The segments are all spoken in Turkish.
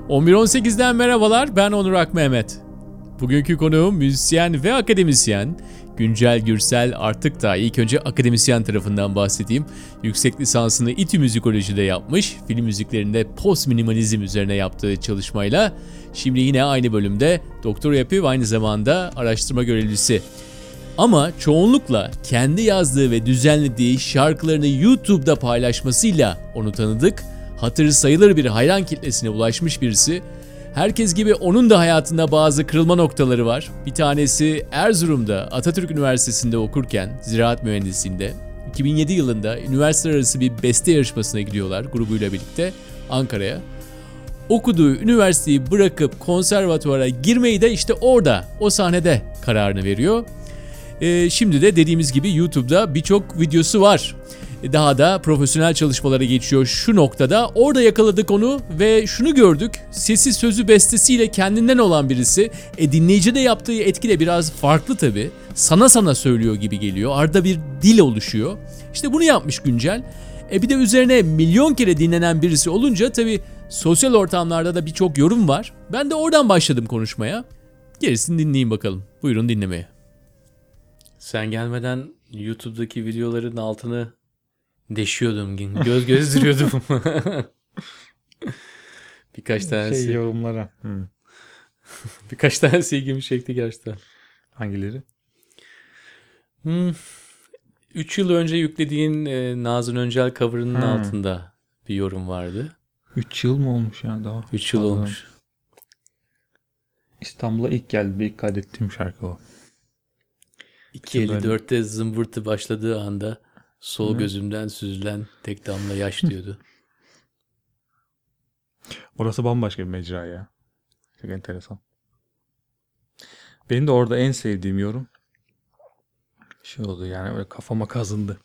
11.18'den merhabalar, ben Onur Akmehmet. Bugünkü konuğum müzisyen ve akademisyen Güncel Gürsel Artıktağ. İlk önce akademisyen tarafından bahsedeyim. Yüksek lisansını İTÜ Müzikolojide yapmış, film müziklerinde post minimalizm üzerine yaptığı çalışmayla şimdi yine aynı bölümde doktora yapıyor ve aynı zamanda araştırma görevlisi. Ama çoğunlukla kendi yazdığı ve düzenlediği şarkılarını YouTube'da paylaşmasıyla onu tanıdık. Hatırı sayılır bir hayran kitlesine ulaşmış birisi. Herkes gibi onun da hayatında bazı kırılma noktaları var. Bir tanesi Erzurum'da Atatürk Üniversitesi'nde okurken ziraat mühendisliğinde 2007 yılında üniversiteler arası bir beste yarışmasına gidiyorlar grubuyla birlikte Ankara'ya. Okuduğu üniversiteyi bırakıp konservatuvara girmeyi de işte orada, o sahnede kararını veriyor. Şimdi de dediğimiz gibi YouTube'da birçok videosu var. Daha da profesyonel çalışmalara geçiyor şu noktada. Orada yakaladık onu ve şunu gördük. Sesi, sözü, bestesiyle kendinden olan birisi. Dinleyicide yaptığı etki de biraz farklı tabii. Sana söylüyor gibi geliyor. Arada bir dil oluşuyor. İşte bunu yapmış Güncel. Bir de üzerine milyon kere dinlenen birisi olunca tabii sosyal ortamlarda da birçok yorum var. Ben de oradan başladım konuşmaya. Gerisini dinleyin bakalım. Buyurun dinlemeye. Sen gelmeden YouTube'daki videoların altını deşiyordum. Göz gezdiriyordum. Birkaç tanesi. Yorumlara. Birkaç tanesi ilgimi çekti gerçekten. Hangileri? 3 yıl önce yüklediğin Nazım Öncel cover'ının altında bir yorum vardı. 3 yıl mı olmuş ya daha? 3 yıl olmuş. İstanbul'a ilk geldi. İlk kaydettiğim şarkı o. 2.54'te zımbırtı başladığı anda sol gözümden süzülen tek damla yaş diyordu. Orası bambaşka bir mecra ya. Çok enteresan. Benim de orada en sevdiğim yorum şey oldu, yani öyle kafama kazındı.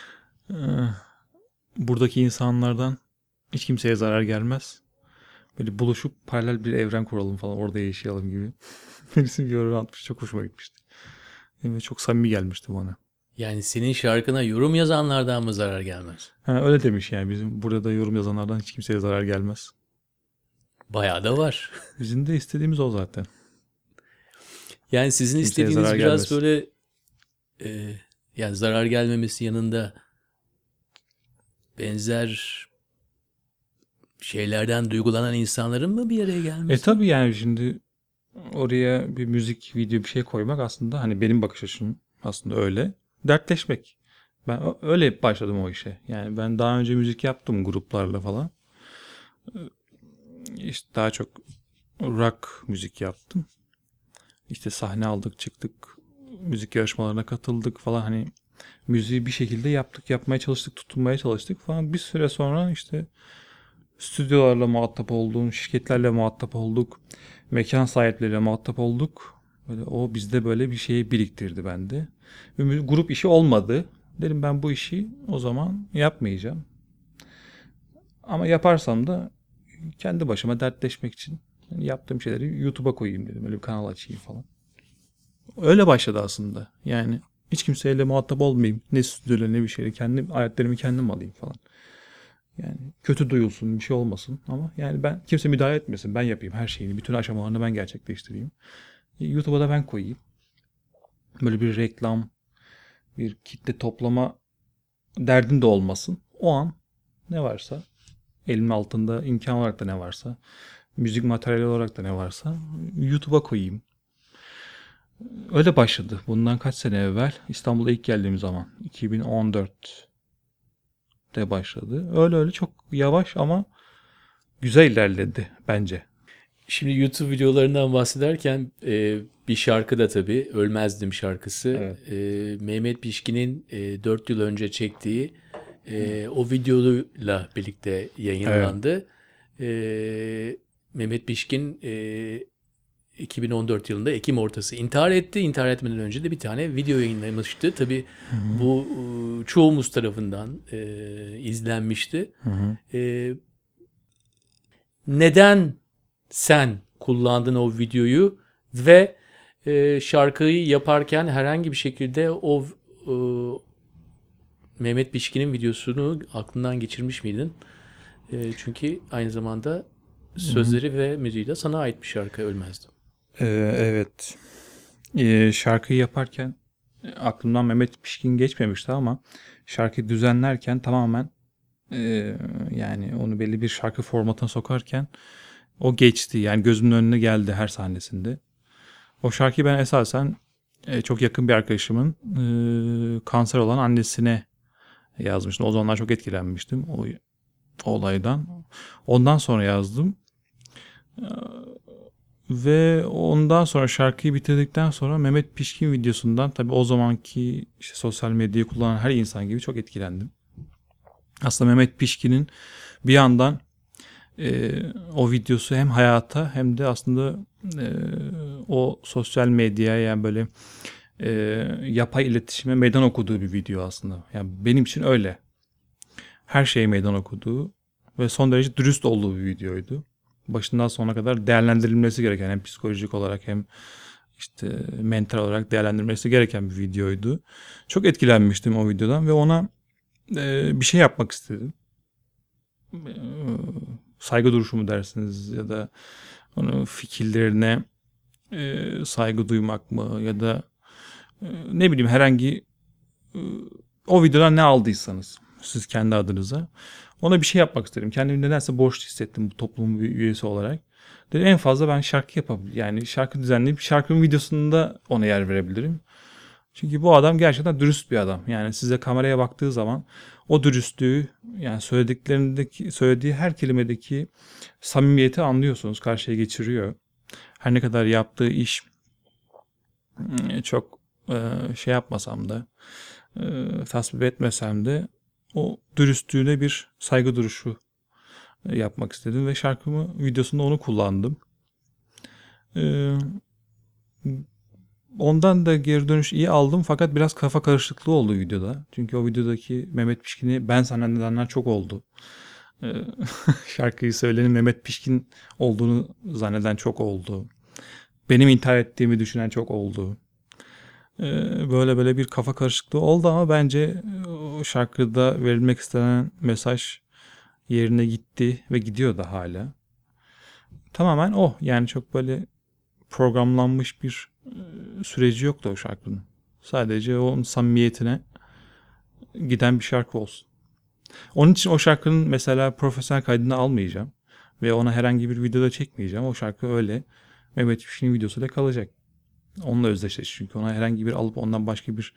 Buradaki insanlardan hiç kimseye zarar gelmez. Böyle buluşup paralel bir evren kuralım falan, orada yaşayalım gibi. Birisi bir yorum atmış, çok hoşuma gitmişti. Ve çok samimi gelmişti bana. Yani senin şarkına yorum yazanlardan mı zarar gelmez? Öyle demiş yani, bizim burada yorum yazanlardan hiç kimseye zarar gelmez. Bayağı da var. Bizim de istediğimiz o zaten. Yani sizin Kimseye istediğiniz biraz gelmesin. böyle yani zarar gelmemesi yanında benzer şeylerden duygulanan insanların mı bir araya gelmesi? Tabii yani şimdi oraya bir müzik, video bir şey koymak aslında, hani benim bakış açım aslında öyle. Dertleşmek. Ben öyle başladım o işe. Yani ben daha önce müzik yaptım gruplarla falan. İşte daha çok rock müzik yaptım. İşte sahne aldık, çıktık, müzik yarışmalarına katıldık falan, hani müziği bir şekilde yapmaya çalıştık, tutunmaya çalıştık falan. Bir süre sonra işte stüdyolarla muhatap oldum, şirketlerle muhatap olduk, mekan sahipleriyle muhatap olduk. Böyle o bizde böyle bir şeyi biriktirdi bende. Grup işi olmadı. Dedim ben bu işi o zaman yapmayacağım. Ama yaparsam da kendi başıma dertleşmek için yaptığım şeyleri YouTube'a koyayım dedim. Öyle bir kanal açayım falan. Öyle başladı aslında. Yani hiç kimseyle muhatap olmayayım. Ne stüdyoyla ne bir şeyle. Kendi hayatlarımı kendim alayım falan. Yani kötü duyulsun, bir şey olmasın ama yani ben, kimse müdahale etmesin. Ben yapayım her şeyini. Bütün aşamalarını ben gerçekleştireyim. YouTube'a da ben koyayım. Böyle bir reklam, bir kitle toplama derdim de olmasın. O an ne varsa, elimin altında imkan olarak da ne varsa, müzik materyali olarak da ne varsa YouTube'a koyayım. Öyle başladı. Bundan kaç sene evvel? İstanbul'a ilk geldiğim zaman. 2014'te başladı. Öyle çok yavaş ama güzel ilerledi bence. Şimdi YouTube videolarından bahsederken bir şarkı da tabii Ölmezdim şarkısı. Evet. Mehmet Pişkin'in 4 yıl önce çektiği o videoyla birlikte yayınlandı. Mehmet Pişkin 2014 yılında Ekim ortası intihar etti. İntihar etmeden önce de bir tane video yayınlamıştı. Tabii bu çoğumuz tarafından izlenmişti. Neden sen kullandın o videoyu ve şarkıyı yaparken herhangi bir şekilde o Mehmet Pişkin'in videosunu aklından geçirmiş miydin? Çünkü aynı zamanda sözleri ve müziği de sana ait bir şarkı Ölmezdim. Evet. Şarkıyı yaparken aklımdan Mehmet Pişkin geçmemişti ama şarkıyı düzenlerken tamamen yani onu belli bir şarkı formatına sokarken o geçti. Yani gözümün önüne geldi her sahnesinde. O şarkıyı ben esasen çok yakın bir arkadaşımın kanser olan annesine yazmıştım. O zamanlar çok etkilenmiştim o olaydan. Ondan sonra yazdım. Ve ondan sonra şarkıyı bitirdikten sonra Mehmet Pişkin videosundan tabii o zamanki işte sosyal medyayı kullanan her insan gibi çok etkilendim. Aslında Mehmet Pişkin'in bir yandan o videosu hem hayata hem de aslında o sosyal medyaya yani böyle yapay iletişime meydan okuduğu bir video aslında. Yani benim için öyle. Her şeye meydan okuduğu ve son derece dürüst olduğu bir videoydu. Başından sonuna kadar değerlendirilmesi gereken hem psikolojik olarak hem işte mental olarak değerlendirilmesi gereken bir videoydu. Çok etkilenmiştim o videodan ve ona bir şey yapmak istedim. Saygı duruşu mu dersiniz ya da onun fikirlerine saygı duymak mı ya da ne bileyim herhangi o videodan ne aldıysanız siz kendi adınıza ona bir şey yapmak istedim. Kendimi nedense borçlu hissettim bu toplumun bir üyesi olarak. Dedim en fazla ben şarkı yapabilirim. Yani şarkı düzenleyip şarkının videosunda ona yer verebilirim. Çünkü bu adam gerçekten dürüst bir adam. Yani size kameraya baktığı zaman o dürüstlüğü yani söylediği her kelimedeki samimiyeti anlıyorsunuz. Karşıya geçiriyor. Her ne kadar yaptığı iş çok şey yapmasam da tasvip etmesem de o dürüstlüğüne bir saygı duruşu yapmak istedim ve şarkımı videosunda onu kullandım. Ondan da geri dönüş iyi aldım fakat biraz kafa karışıklığı oldu videoda. Çünkü o videodaki Mehmet Pişkin'i ben zannedenler çok oldu. Şarkıyı söyleyenin Mehmet Pişkin olduğunu zanneden çok oldu. Benim intihar ettiğimi düşünen çok oldu. Böyle bir kafa karışıklığı oldu ama bence o şarkıda verilmek istenen mesaj yerine gitti ve gidiyor da hala. Tamamen o. Yani çok böyle programlanmış bir süreci yoktu o şarkının. Sadece onun samimiyetine giden bir şarkı olsun. Onun için o şarkının mesela profesyonel kaydını almayacağım. Ve ona herhangi bir videoda çekmeyeceğim. O şarkı öyle Mehmet Pişkin'in videosuyla kalacak. Onunla özdeşleşir çünkü ona herhangi bir alıp ondan başka bir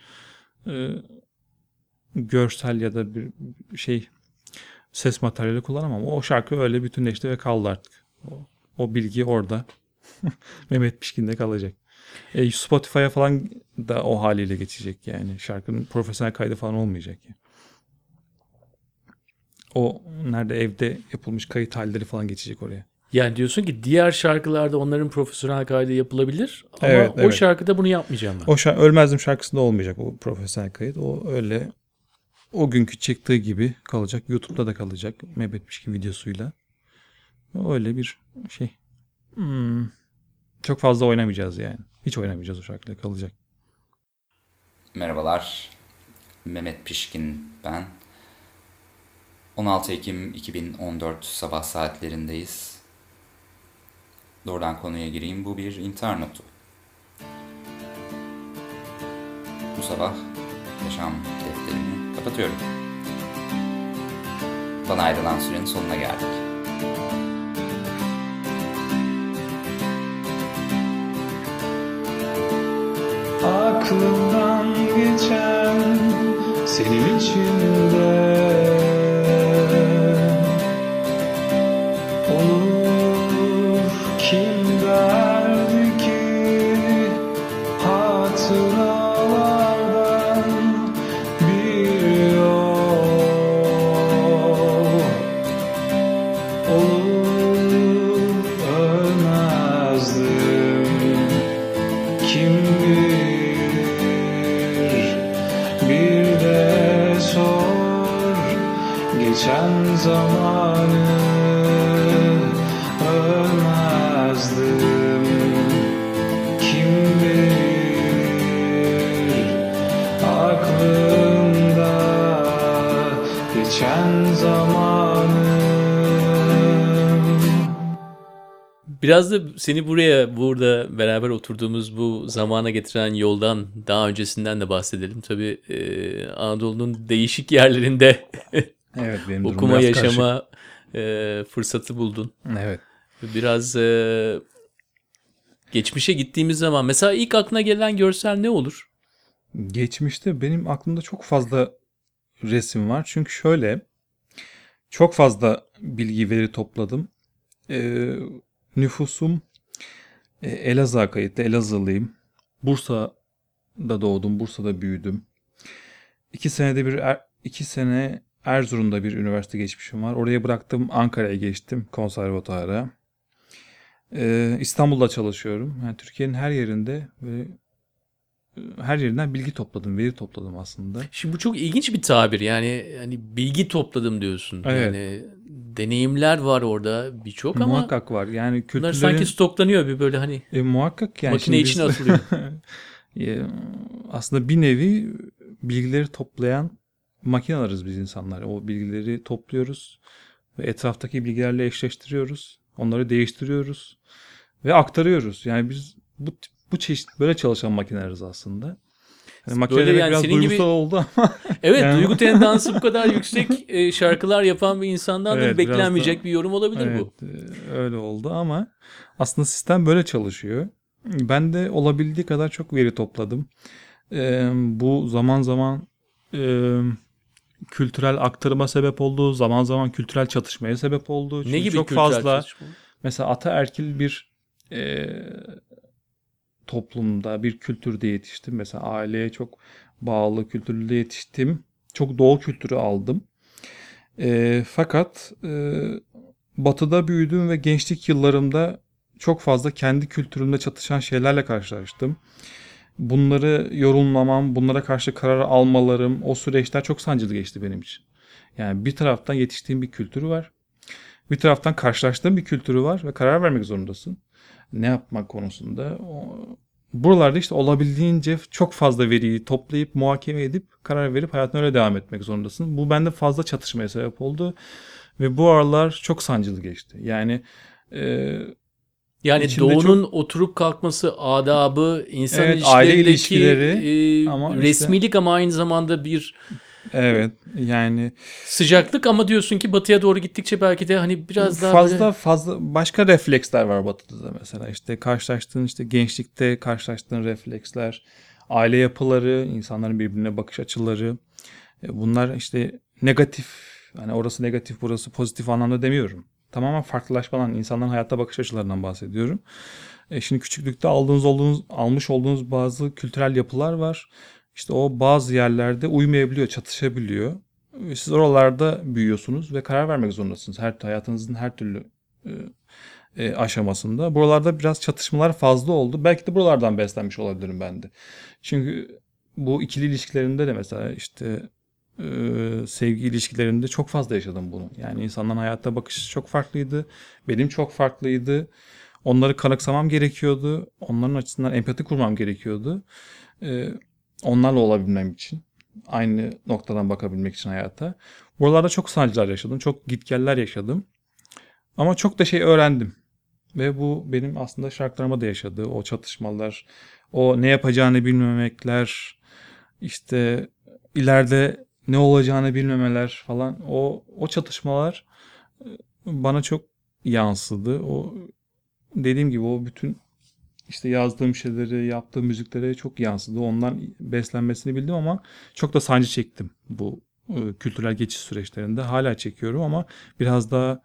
görsel ya da bir şey ses materyali kullanamam. O şarkı öyle bütünleşti ve kaldı artık. O bilgi orada Mehmet Pişkin'de kalacak. Spotify'a falan da o haliyle geçecek yani. Şarkının profesyonel kaydı falan olmayacak yani. O nerede evde yapılmış kayıt halleri falan geçecek oraya. Yani diyorsun ki diğer şarkılarda onların profesyonel kaydı yapılabilir ama Evet, o şarkıda bunu yapmayacağım ben. Ölmezdim şarkısında olmayacak o profesyonel kayıt. O öyle o günkü çıktığı gibi kalacak. YouTube'da da kalacak. Mehmet Pişkin videosuyla. Öyle bir şey. Çok fazla oynamayacağız yani. Hiç oynamayacağız o şarkıyla kalacak. Merhabalar. Mehmet Pişkin ben. 16 Ekim 2014 sabah saatlerindeyiz. Doğrudan konuya gireyim. Bu bir intihar notu. Bu sabah yaşam defterimi kapatıyorum. Bana ayrılan sürenin sonuna geldik. Aklımdan geçen senin içinde olur kim derdi ki hatıralardan bir yol olur ölmezdim kim bir de sor geçen zamanı ölmezdim kim bilir aklımda geçen zamanı Biraz da seni burada beraber oturduğumuz bu zamana getiren yoldan, daha öncesinden de bahsedelim. Tabii Anadolu'nun değişik yerlerinde Evet, benim durum okuma, biraz karışık. yaşama fırsatı buldun. Evet. Biraz geçmişe gittiğimiz zaman mesela ilk aklına gelen görsel ne olur? Geçmişte benim aklımda çok fazla resim var. Çünkü şöyle, çok fazla bilgi veri topladım. Nüfusum Elazığ'a kayıtlı. Elazığlıyım. Bursa'da doğdum. Bursa'da büyüdüm. 2 sene Erzurum'da bir üniversite geçmişim var. Oraya bıraktım. Ankara'ya geçtim. Konservatuara. İstanbul'da çalışıyorum. Yani Türkiye'nin her yerinde ve her yerinden bilgi topladım. Veri topladım aslında. Şimdi bu çok ilginç bir tabir. Yani hani bilgi topladım diyorsun. Evet. Yani deneyimler var orada birçok ama Muhakkak var. Yani bunlar kültürlerin sanki stoklanıyor bir böyle hani muhakkak yani makine şimdi içine biz atılıyor. aslında bir nevi bilgileri toplayan makinelarız biz insanlar. O bilgileri topluyoruz ve etraftaki bilgilerle eşleştiriyoruz. Onları değiştiriyoruz ve aktarıyoruz. Yani biz bu çeşit böyle çalışan makineleriz aslında. Yani makine Böyle demek yani biraz senin duygusal gibi oldu ama evet, yani duygu tendansı bu kadar yüksek şarkılar yapan bir insandan da evet, biraz beklenmeyecek da bir yorum olabilir evet, bu. öyle oldu ama aslında sistem böyle çalışıyor. Ben de olabildiği kadar çok veri topladım. Bu zaman zaman kültürel aktarıma sebep oldu, zaman zaman kültürel çatışmaya sebep oldu. Ne Çünkü gibi çok kültürel fazla çatışma? mesela ataerkil bir e, toplumda, bir kültürde yetiştim. Mesela aileye çok bağlı kültürde yetiştim. Çok doğu kültürü aldım. Fakat Batı'da büyüdüm ve gençlik yıllarımda çok fazla kendi kültürümle çatışan şeylerle karşılaştım. Bunları yorumlamam, bunlara karşı karar almalarım, o süreçler çok sancılı geçti benim için. Yani bir taraftan yetiştiğim bir kültürü var. Bir taraftan karşılaştığım bir kültürü var ve karar vermek zorundasın. Ne yapmak konusunda. Buralarda işte olabildiğince çok fazla veriyi toplayıp, muhakeme edip, karar verip hayatına öyle devam etmek zorundasın. Bu bende fazla çatışmaya sebep oldu. Ve bu aralar çok sancılı geçti. Yani Yani içimde doğunun çok oturup kalkması, adabı, insan evet aile ilişkilerindeki ilişkileri ama işte resmilik ama aynı zamanda bir evet yani sıcaklık ama diyorsun ki batıya doğru gittikçe belki de hani biraz daha böyle fazla başka refleksler var Batı'da da mesela işte karşılaştığın işte gençlikte karşılaştığın refleksler, aile yapıları, insanların birbirine bakış açıları bunlar işte negatif hani orası negatif burası pozitif anlamda demiyorum. Tamamen farklılaşmadan insanların hayatta bakış açılarından bahsediyorum. Şimdi küçüklükte almış olduğunuz bazı kültürel yapılar var. İşte o bazı yerlerde uymayabiliyor, çatışabiliyor. Siz oralarda büyüyorsunuz ve karar vermek zorundasınız. Hayatınızın her türlü aşamasında. Buralarda biraz çatışmalar fazla oldu. Belki de buralardan beslenmiş olabilirim ben de. Çünkü bu ikili ilişkilerimde de mesela işte sevgi ilişkilerimde çok fazla yaşadım bunu. Yani insanların hayatta bakışı çok farklıydı. Benim çok farklıydı. Onları kanıksamam gerekiyordu. Onların açısından empati kurmam gerekiyordu. Onlarla olabilmem için. Aynı noktadan bakabilmek için hayata. Buralarda çok sancılar yaşadım. Çok gitgeller yaşadım. Ama çok da şey öğrendim. Ve bu benim aslında şarkılarıma da yaşadığı o çatışmalar, o ne yapacağını bilmemekler, işte ileride ne olacağını bilmemeler falan o çatışmalar bana çok yansıdı. O dediğim gibi o bütün işte yazdığım şeyleri, yaptığım müziklere çok yansıdı. Ondan beslenmesini bildim ama çok da sancı çektim bu kültürel geçiş süreçlerinde. Hala çekiyorum ama biraz daha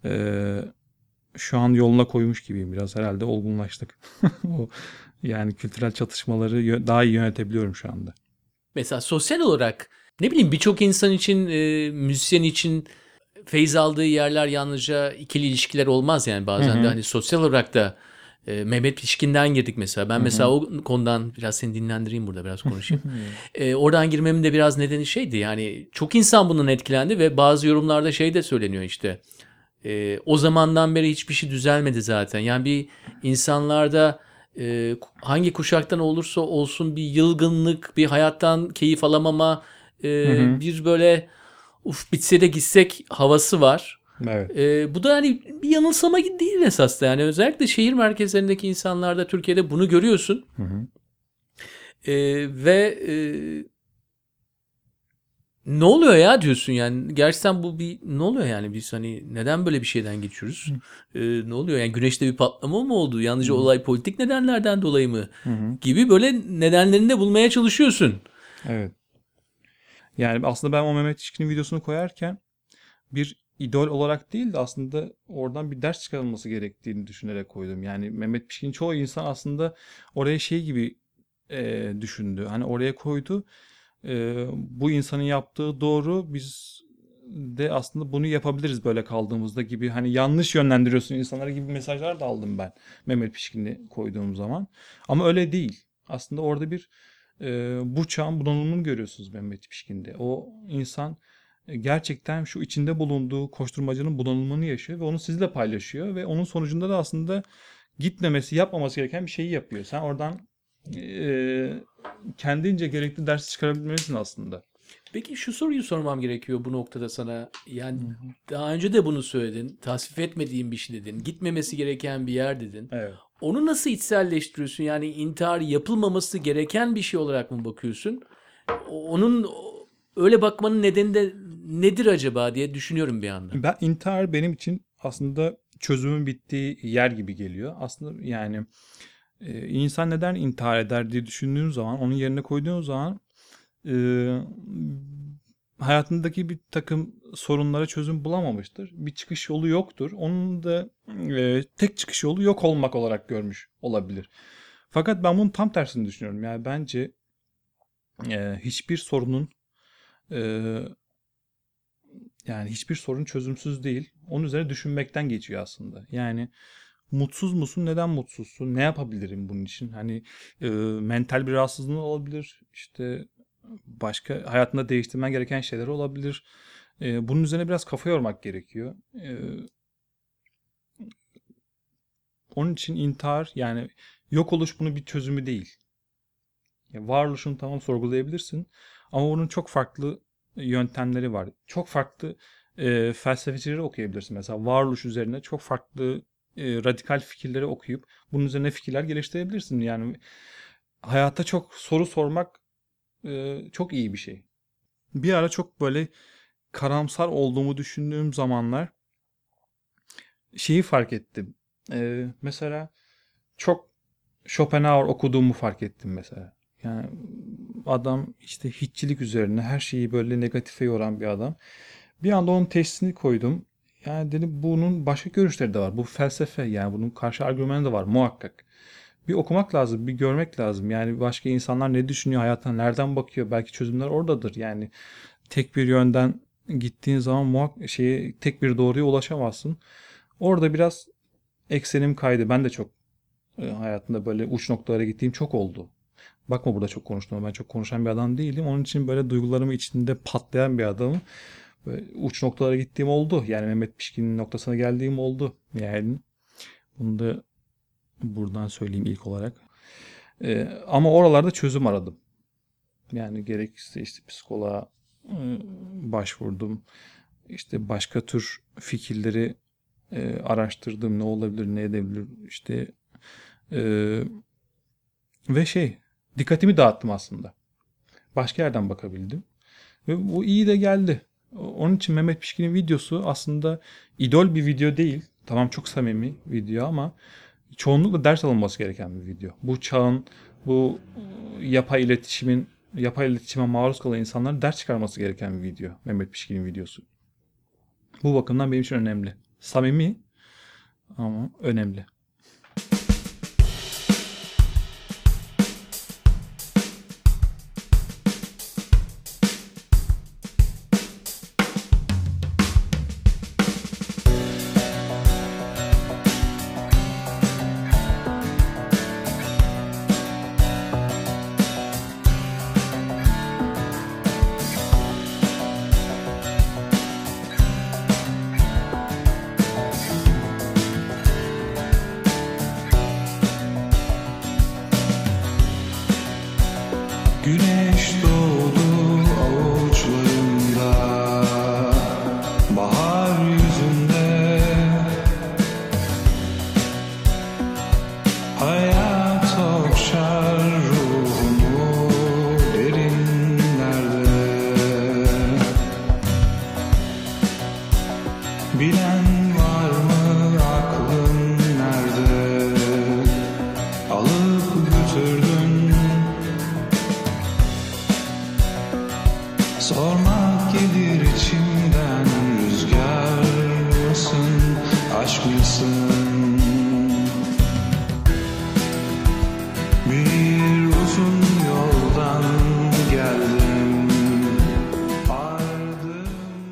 şu an yoluna koymuş gibiyim. Biraz herhalde olgunlaştık. Yani kültürel çatışmaları daha iyi yönetebiliyorum şu anda. mesela sosyal olarak ne bileyim birçok insan için, müzisyen için feyz aldığı yerler yalnızca ikili ilişkiler olmaz yani bazen de hani sosyal olarak da Mehmet Pişkin'den girdik mesela. Ben mesela o konudan biraz seni dinlendireyim burada biraz konuşayım. Oradan girmemin de biraz nedeni şeydi yani çok insan bundan etkilendi ve bazı yorumlarda şey de söyleniyor işte. O zamandan beri hiçbir şey düzelmedi zaten. Yani bir insanlarda hangi kuşaktan olursa olsun bir yılgınlık, bir hayattan keyif alamama, bir böyle bitse de gitsek havası var. Evet. Bu da hani bir yanılsama değil esas da, yani özellikle şehir merkezlerindeki insanlarda Türkiye'de bunu görüyorsun. Hı hı. Ve ne oluyor ya diyorsun yani, gerçekten bu bir ne oluyor yani, biz hani neden böyle bir şeyden geçiyoruz? Ne oluyor yani, güneşte bir patlama mı oldu? Yalnızca olay politik nedenlerden dolayı mı? Hı hı. Gibi böyle nedenlerini de bulmaya çalışıyorsun. Evet. Yani aslında ben o Mehmet Şişkin'in videosunu koyarken bir idol olarak değil de aslında oradan bir ders çıkarılması gerektiğini düşünerek koydum. Yani Mehmet Şişkin çoğu insan aslında oraya şey gibi düşündü. Hani oraya koydu. Bu insanın yaptığı doğru, biz de aslında bunu yapabiliriz böyle kaldığımızda gibi, hani yanlış yönlendiriyorsun insanları gibi mesajlar da aldım ben Mehmet Pişkin'i koyduğum zaman. Ama öyle değil. Aslında orada bir bu çağın bunalımını görüyorsunuz Mehmet Pişkin'de. O insan gerçekten şu içinde bulunduğu koşturmacanın bunalımını yaşıyor ve onu sizle paylaşıyor ve onun sonucunda da aslında gitmemesi, yapmaması gereken bir şeyi yapıyor. Sen oradan kendince gerekli dersi çıkarabilmelisin aslında. Peki şu soruyu sormam gerekiyor bu noktada sana. Yani daha önce de bunu söyledin. Tasvip etmediğin bir şey dedin. Gitmemesi gereken bir yer dedin. Evet. Onu nasıl içselleştiriyorsun? Yani intihar yapılmaması gereken bir şey olarak mı bakıyorsun? Onun öyle bakmanın nedeni de nedir acaba diye düşünüyorum bir anda. Ben intihar benim için aslında çözümün bittiği yer gibi geliyor. Aslında yani insan neden intihar eder diye düşündüğün zaman, onun yerine koyduğun zaman hayatındaki bir takım sorunlara çözüm bulamamıştır. Bir çıkış yolu yoktur. Onun da tek çıkış yolu yok olmak olarak görmüş olabilir. Fakat ben bunun tam tersini düşünüyorum. Yani bence hiçbir sorunun yani hiçbir sorun çözümsüz değil. Onun üzerine düşünmekten geçiyor aslında. Yani mutsuz musun? Neden mutsuzsun? Ne yapabilirim bunun için? Hani mental bir rahatsızlığın olabilir. İşte başka hayatında değiştirmen gereken şeyler olabilir. Bunun üzerine biraz kafa yormak gerekiyor. Onun için intihar, yani yok oluş, bunun bir çözümü değil. Yani varoluşunu tamam sorgulayabilirsin ama onun çok farklı yöntemleri var. Çok farklı felsefecileri okuyabilirsin. Mesela varoluş üzerine çok farklı radikal fikirleri okuyup bunun üzerine fikirler geliştirebilirsin. Yani hayata çok soru sormak çok iyi bir şey. Bir ara çok böyle karamsar olduğumu düşündüğüm zamanlar şeyi fark ettim. Mesela çok Schopenhauer okuduğumu fark ettim mesela. Yani adam işte hiççilik üzerine her şeyi böyle negatife yoran bir adam. Bir anda onun teşhisini koydum. Yani dedim bunun başka görüşleri de var. Bu felsefe, yani bunun karşı argümanı da var muhakkak. Bir okumak lazım, bir görmek lazım. Yani başka insanlar ne düşünüyor, hayata nereden bakıyor? Belki çözümler oradadır. Yani tek bir yönden gittiğin zaman tek bir doğruya ulaşamazsın. Orada biraz eksenim kaydı. Ben de çok hayatımda böyle uç noktalara gittiğim çok oldu. Bakma burada çok konuştum. Ben çok konuşan bir adam değilim. Onun için böyle duygularımı içinde patlayan bir adamım. Böyle uç noktalara gittiğim oldu. Yani Mehmet Pişkin'in noktasına geldiğim oldu. Yani bunu da buradan söyleyeyim ilk olarak. Ama oralarda çözüm aradım. Yani gerekirse işte psikoloğa başvurdum. İşte başka tür fikirleri araştırdım. Ne olabilir, ne edebilir. İşte ve dikkatimi dağıttım aslında. Başka yerden bakabildim. Ve bu iyi de geldi. Onun için Mehmet Pişkin'in videosu aslında idol bir video değil. Tamam, çok samimi video ama çoğunlukla ders alınması gereken bir video. Bu çağın, bu yapay iletişime maruz kalan insanların ders çıkarması gereken bir video. Mehmet Pişkin'in videosu. Bu bakımdan benim için önemli. Samimi ama önemli. Sormak gelir içimden, rüzgar mısın, aşk mısın? Bir uzun yoldan geldim, ardım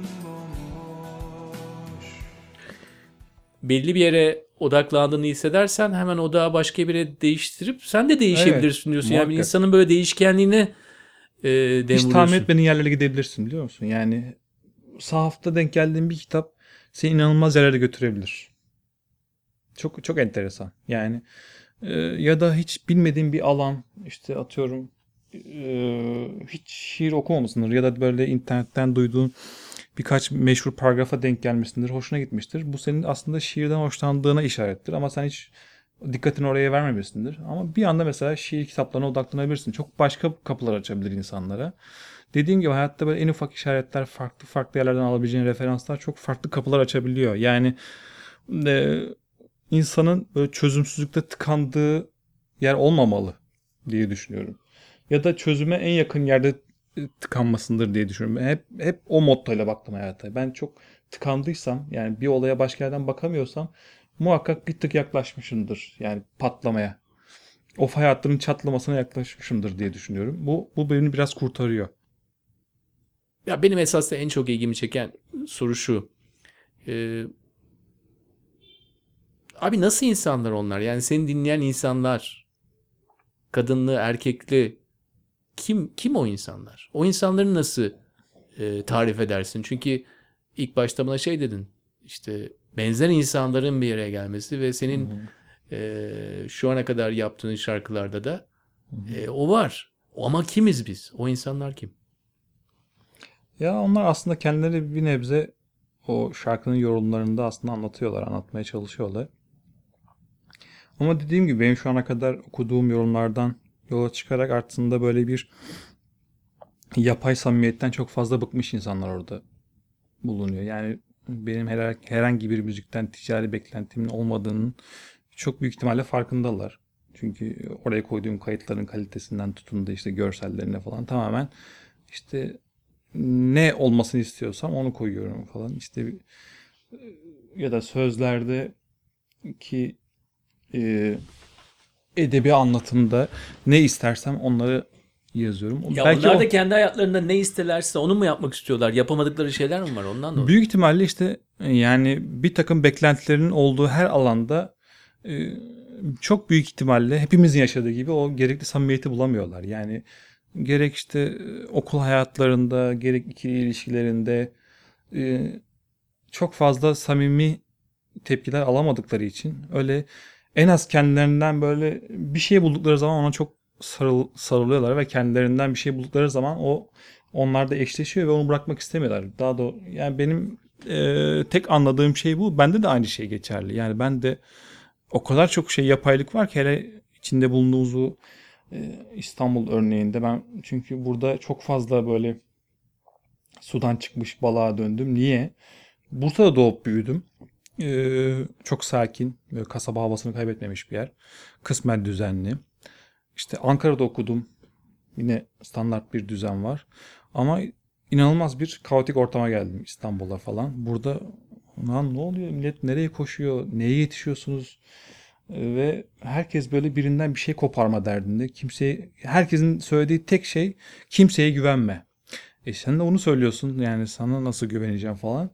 bomboş. Belli bir yere odaklandığını hissedersen hemen odağı başka bir yere değiştirip sen de değişebilirsin diyorsun. Yani bir muhakkak. insanın böyle değişkenliğine dem Hiç tahmin vuruyorsun. etmediğin yerlere gidebilirsin, biliyor musun? Yani sahafta denk geldiğin bir kitap seni inanılmaz yerlere götürebilir. Çok çok enteresan. Yani ya da hiç bilmediğin bir alan, işte atıyorum hiç şiir okumamışsındır ya da böyle internetten duyduğun birkaç meşhur paragrafa denk gelmişsindir, hoşuna gitmiştir. Bu senin aslında şiirden hoşlandığına işarettir ama sen hiç dikkatini oraya vermemişsindir. Ama bir anda mesela şiir kitaplarına odaklanabilirsin. Çok başka kapılar açabilir insanlara. Dediğim gibi hayatta böyle en ufak işaretler, farklı farklı yerlerden alabileceğin referanslar çok farklı kapılar açabiliyor. Yani insanın böyle çözümsüzlükte tıkandığı yer olmamalı diye düşünüyorum. Ya da çözüme en yakın yerde tıkanmasındır diye düşünüyorum. Hep o mottoyla baktım hayata. Ben çok tıkandıysam, yani bir olaya başka yerden bakamıyorsam muhakkak bir tık yaklaşmışımdır. Yani patlamaya. O fay hattının çatlamasına yaklaşmışımdır diye düşünüyorum. Bu beni biraz kurtarıyor. Ya benim esas da en çok ilgimi çeken soru şu. Abi nasıl insanlar onlar? Yani seni dinleyen insanlar, kadınlı, erkekli, kim o insanlar? O insanları nasıl tarif edersin? Çünkü ilk başta bana şey dedin. İşte benzer insanların bir araya gelmesi ve senin şu ana kadar yaptığın şarkılarda da o var. Ama kimiz biz? O insanlar kim? Ya onlar aslında kendileri bir nebze o şarkının yorumlarında aslında anlatıyorlar, anlatmaya çalışıyorlar. Ama dediğim gibi benim şu ana kadar okuduğum yorumlardan yola çıkarak aslında böyle bir yapay samimiyetten çok fazla bıkmış insanlar orada bulunuyor. Yani benim herhangi bir müzikten ticari beklentimin olmadığının çok büyük ihtimalle farkındalar. Çünkü oraya koyduğum kayıtların kalitesinden tutun da işte görsellerine falan tamamen işte ne olmasını istiyorsam onu koyuyorum falan. İşte ya da sözlerde ki edebi anlatımda ne istersem onları yazıyorum. Ya Belki onlar o da kendi hayatlarında ne isterlerse onu mu yapmak istiyorlar? Yapamadıkları şeyler mi var ondan dolayı? büyük ihtimalle işte yani bir takım beklentilerinin olduğu her alanda çok büyük ihtimalle hepimizin yaşadığı gibi o gerekli samimiyeti bulamıyorlar. Yani gerek işte okul hayatlarında, gerek ikili ilişkilerinde çok fazla samimi tepkiler alamadıkları için öyle en az kendilerinden böyle bir şey buldukları zaman ona çok sarılıyorlar ve kendilerinden bir şey buldukları zaman o onlarda eşleşiyor ve onu bırakmak istemiyorlar. Daha da yani benim tek anladığım şey bu. Bende de aynı şey geçerli. Yani ben de o kadar çok şey yapaylık var ki hele içinde bulunduğumuz bu İstanbul örneğinde ben çünkü burada çok fazla böyle sudan çıkmış balığa döndüm. Niye? Bursa'da doğup büyüdüm. Çok sakin, böyle kasaba havasını kaybetmemiş bir yer. Kısmen düzenli. İşte Ankara'da okudum. Yine standart bir düzen var. Ama inanılmaz bir kaotik ortama geldim İstanbul'a falan. Burada lan ne oluyor? Millet nereye koşuyor? Neye yetişiyorsunuz? Ve herkes böyle birinden bir şey koparma derdinde. Herkesin söylediği tek şey kimseye güvenme. Sen de onu söylüyorsun. Yani sana nasıl güveneceğim falan.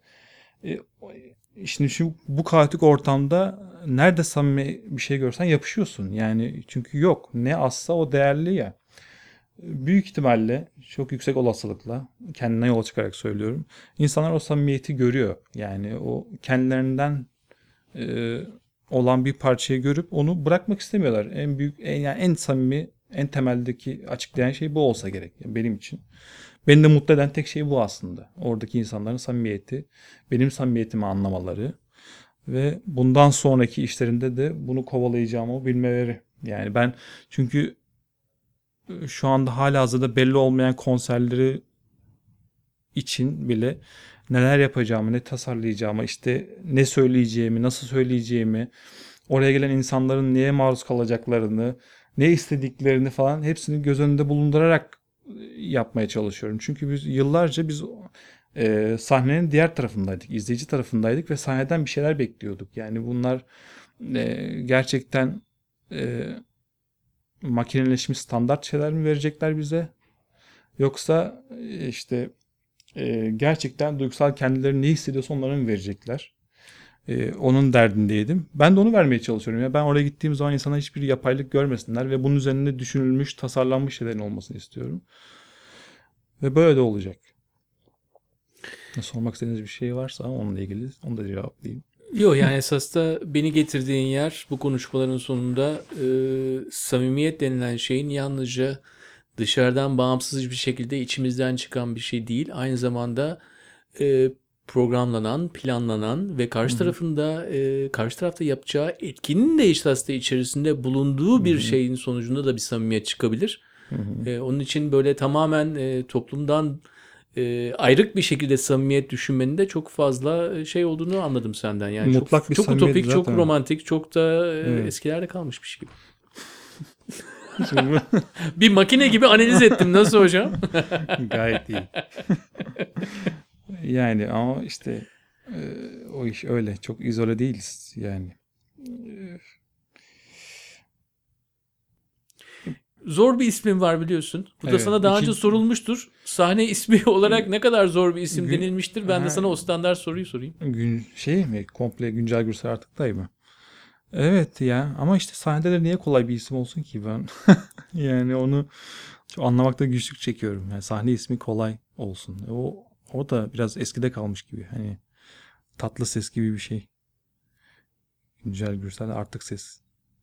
Şimdi şu bu kaotik ortamda nerede samimi bir şey görsen yapışıyorsun. Yani çünkü yok. Ne azsa o değerli ya. Büyük ihtimalle çok yüksek olasılıkla kendine yola çıkarak söylüyorum. İnsanlar o samimiyeti görüyor. Yani o kendilerinden olan bir parçayı görüp onu bırakmak istemiyorlar. En büyük, yani en samimi, en temeldeki açıklayan şey bu olsa gerek yani benim için. Beni de mutlu eden tek şey bu aslında. Oradaki insanların samimiyeti, benim samimiyetimi anlamaları ve bundan sonraki işlerinde de bunu kovalayacağımı bilmeleri. Yani ben çünkü şu anda halihazırda belli olmayan konserleri için bile neler yapacağımı, ne tasarlayacağımı, işte ne söyleyeceğimi, nasıl söyleyeceğimi, oraya gelen insanların neye maruz kalacaklarını, ne istediklerini falan hepsini göz önünde bulundurarak yapmaya çalışıyorum. Çünkü yıllarca biz sahnenin diğer tarafındaydık, izleyici tarafındaydık ve sahneden bir şeyler bekliyorduk. Yani bunlar gerçekten makineleşmiş standart şeyler mi verecekler bize? Yoksa işte gerçekten duygusal kendileri ne hissediyorsa onlara mı verecekler? Onun derdindeydim. Ben de onu vermeye çalışıyorum. Ya ben oraya gittiğim zaman insana hiçbir yapaylık görmesinler ve bunun üzerinde düşünülmüş, tasarlanmış şeylerin olmasını istiyorum. Ve böyle de olacak. Sormak istediğiniz bir şey varsa onunla ilgili onu da cevaplayayım. Yok, yani esas da beni getirdiğin yer bu konuşmaların sonunda samimiyet denilen şeyin yalnızca dışarıdan bağımsız bir şekilde içimizden çıkan bir şey değil. Aynı zamanda programlanan, planlanan ve karşı tarafında karşı tarafta yapacağı etkinin de esas da içerisinde bulunduğu bir şeyin sonucunda da bir samimiyet çıkabilir. Onun için böyle tamamen toplumdan ayrık bir şekilde samimiyet düşünmenin de çok fazla şey olduğunu anladım senden. Yani Mutlak bir çok samimiyet utopik, çok zaten. romantik, çok da Evet. eskilerde kalmışmış gibi. Bir makine gibi analiz ettim. Nasıl hocam? Gayet iyi. Yani ama işte o iş öyle. Çok izole değiliz yani. Zor bir ismin var biliyorsun. Bu da Evet, sana daha önce ikinci- sorulmuştur. Sahne ismi olarak ne kadar zor bir isim Gün- denilmiştir. Ben de Ha. sana o standart soruyu sorayım. Şey mi? Komple Güncel Gürsel Artıktay mı? Evet ya. Ama işte sahnede de niye kolay bir isim olsun ki ben? Yani onu çok anlamakta güçlük çekiyorum. Yani sahne ismi kolay olsun. O da biraz eskide kalmış gibi. Hani tatlı ses gibi bir şey. Güncel Gürsel Artık Ses.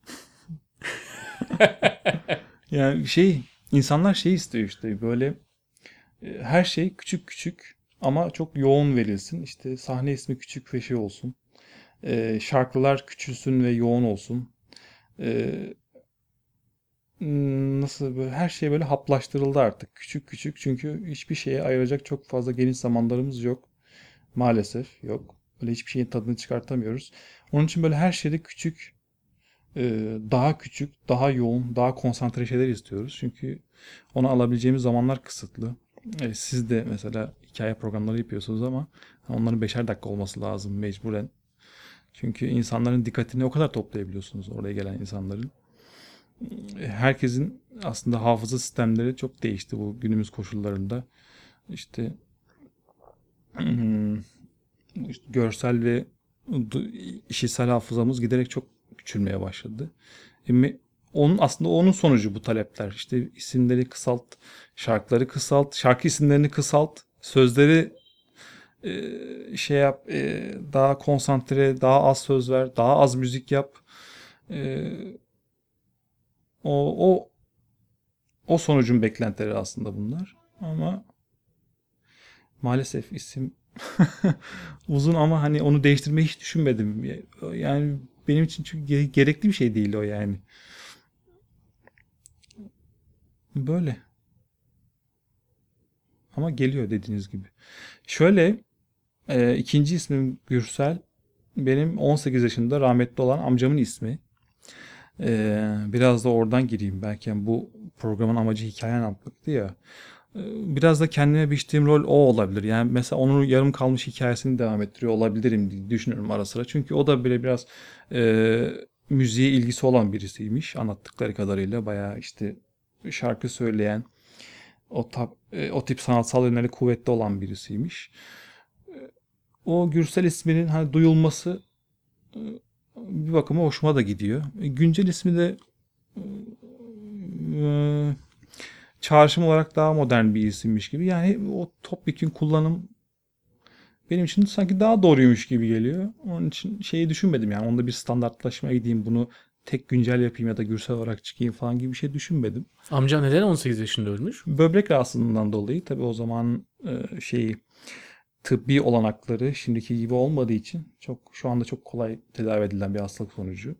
Yani insanlar şey istiyor işte böyle her şey küçük küçük ama çok yoğun verilsin. İşte sahne ismi küçük ve şey olsun. Şarkılar küçülsün ve yoğun olsun. Nasıl böyle her şey böyle haplaştırıldı artık. Küçük küçük çünkü hiçbir şeye ayıracak çok fazla geniş zamanlarımız yok. Maalesef yok. Böyle hiçbir şeyin tadını çıkartamıyoruz. Onun için böyle her şeyde küçük, daha küçük, daha yoğun, daha konsantre şeyler istiyoruz. Çünkü onu alabileceğimiz zamanlar kısıtlı. Siz de mesela hikaye programları yapıyorsunuz ama onların 5'er dakika olması lazım mecburen. Çünkü insanların dikkatini o kadar toplayabiliyorsunuz oraya gelen insanların. Herkesin aslında hafıza sistemleri çok değişti bu günümüz koşullarında. İşte, işte görsel ve işitsel hafızamız giderek çok küçülmeye başladı. Onun sonucu bu talepler. İşte isimleri kısalt, şarkıları kısalt, şarkı isimlerini kısalt, sözleri şey yap, daha konsantre, daha az söz ver, daha az müzik yap. O sonucun beklentileri aslında bunlar. Ama maalesef isim uzun ama hani onu değiştirmeyi hiç düşünmedim. Yani benim için çünkü gerekli bir şey değil o yani. Böyle. Ama geliyor dediğiniz gibi. Şöyle ikinci ismim Gürsel. Benim 18 yaşında rahmetli olan amcamın ismi. Biraz da oradan gireyim. Belki yani bu programın amacı hikaye anlatmaktı ya. Biraz da kendime biçtiğim rol o olabilir. Yani mesela onun yarım kalmış hikayesini devam ettiriyor olabilirim diye düşünüyorum ara sıra. Çünkü o da böyle biraz müziğe ilgisi olan birisiymiş. Anlattıkları kadarıyla bayağı işte şarkı söyleyen, o tip sanatsal yönleri kuvvetli olan birisiymiş. O Gürsel isminin hani duyulması bir bakıma hoşuma da gidiyor. Güncel ismi de çağrışım olarak daha modern bir isimmiş gibi. Yani o topyekün kullanım benim için sanki daha doğruymuş gibi geliyor. Onun için şeyi düşünmedim yani. Onda bir standartlaşmaya gideyim, bunu tek güncel yapayım ya da Gürsel olarak çıkayım falan gibi bir şey düşünmedim. Amca neden 18 yaşında ölmüş? Böbrek rahatsızlığından dolayı tabii o zaman tıbbi olanakları şimdiki gibi olmadığı için şu anda çok kolay tedavi edilen bir hastalık sonucu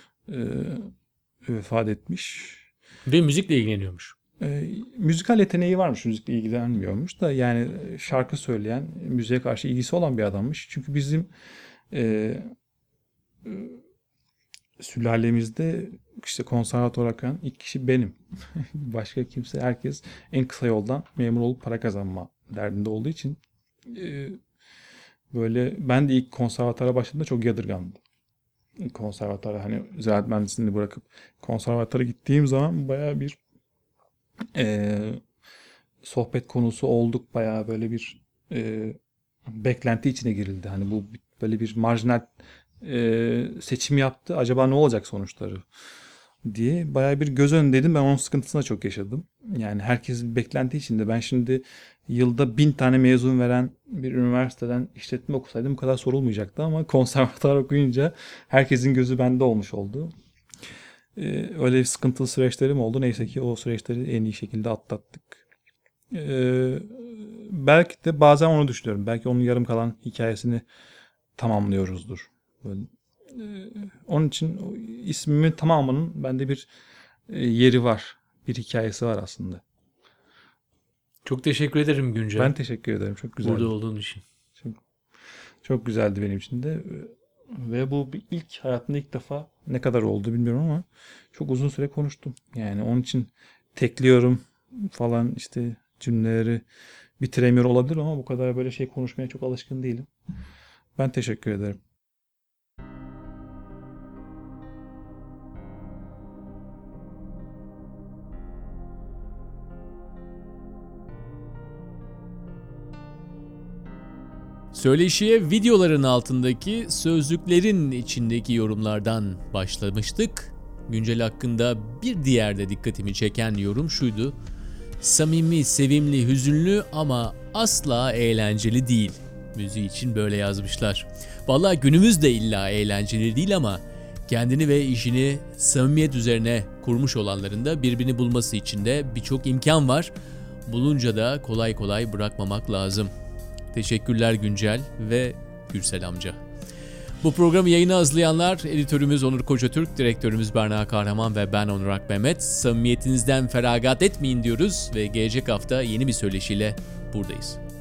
vefat etmiş. Ve müzikle ilgileniyormuş. Müzikal yeteneği varmış, müzikle ilgilenmiyormuş da yani şarkı söyleyen, müziğe karşı ilgisi olan bir adammış. Çünkü bizim sülalemizde işte konservatuvar okuyan ilk kişi benim. Başka kimse, herkes en kısa yoldan memur olup para kazanma derdinde olduğu için böyle ben de ilk konservatuvara başladığımda çok yadırgandım. Konservatuvara hani ziraat mühendisliğini bırakıp konservatuvara gittiğim zaman bayağı bir sohbet konusu olduk. Bayağı böyle bir beklenti içine girildi. Hani bu böyle bir marjinal seçim yaptı. Acaba ne olacak sonuçları diye bayağı bir göz önündeydim. Ben onun sıkıntısına çok yaşadım. Yani herkesin beklenti içinde. Ben şimdi yılda 1000 tane mezun veren bir üniversiteden işletme okusaydım bu kadar sorulmayacaktı ama konservatuvar okuyunca herkesin gözü bende olmuş oldu. Öyle sıkıntılı süreçlerim oldu. Neyse ki o süreçleri en iyi şekilde atlattık. Belki de bazen onu düşünüyorum. Belki onun yarım kalan hikayesini tamamlıyoruzdur. Böyle. Onun için ismimin tamamının bende bir yeri var. Bir hikayesi var aslında. Çok teşekkür ederim Güncel. Ben teşekkür ederim. Çok güzeldi. Burada olduğun için. Çok güzeldi benim için de. Ve bu hayatımda ilk defa, ne kadar oldu bilmiyorum ama çok uzun süre konuştum. Yani onun için tekliyorum falan, işte cümleleri bitiremiyor olabilir ama bu kadar böyle şey konuşmaya çok alışkın değilim. Ben teşekkür ederim. Söyleşiye videoların altındaki sözlüklerin içindeki yorumlardan başlamıştık. Güncel hakkında bir diğer de dikkatimi çeken yorum şuydu. Samimi, sevimli, hüzünlü ama asla eğlenceli değil. Müziği için böyle yazmışlar. Vallahi günümüz de illa eğlenceli değil ama kendini ve işini samimiyet üzerine kurmuş olanların da birbirini bulması için de birçok imkan var. Bulunca da kolay kolay bırakmamak lazım. Teşekkürler Güncel ve Gürsel amca. Bu programı yayına hazırlayanlar editörümüz Onur Kocatürk, direktörümüz Berna Kahraman ve ben Onur Akmehmet. Samimiyetinizden feragat etmeyin diyoruz ve gelecek hafta yeni bir söyleşiyle buradayız.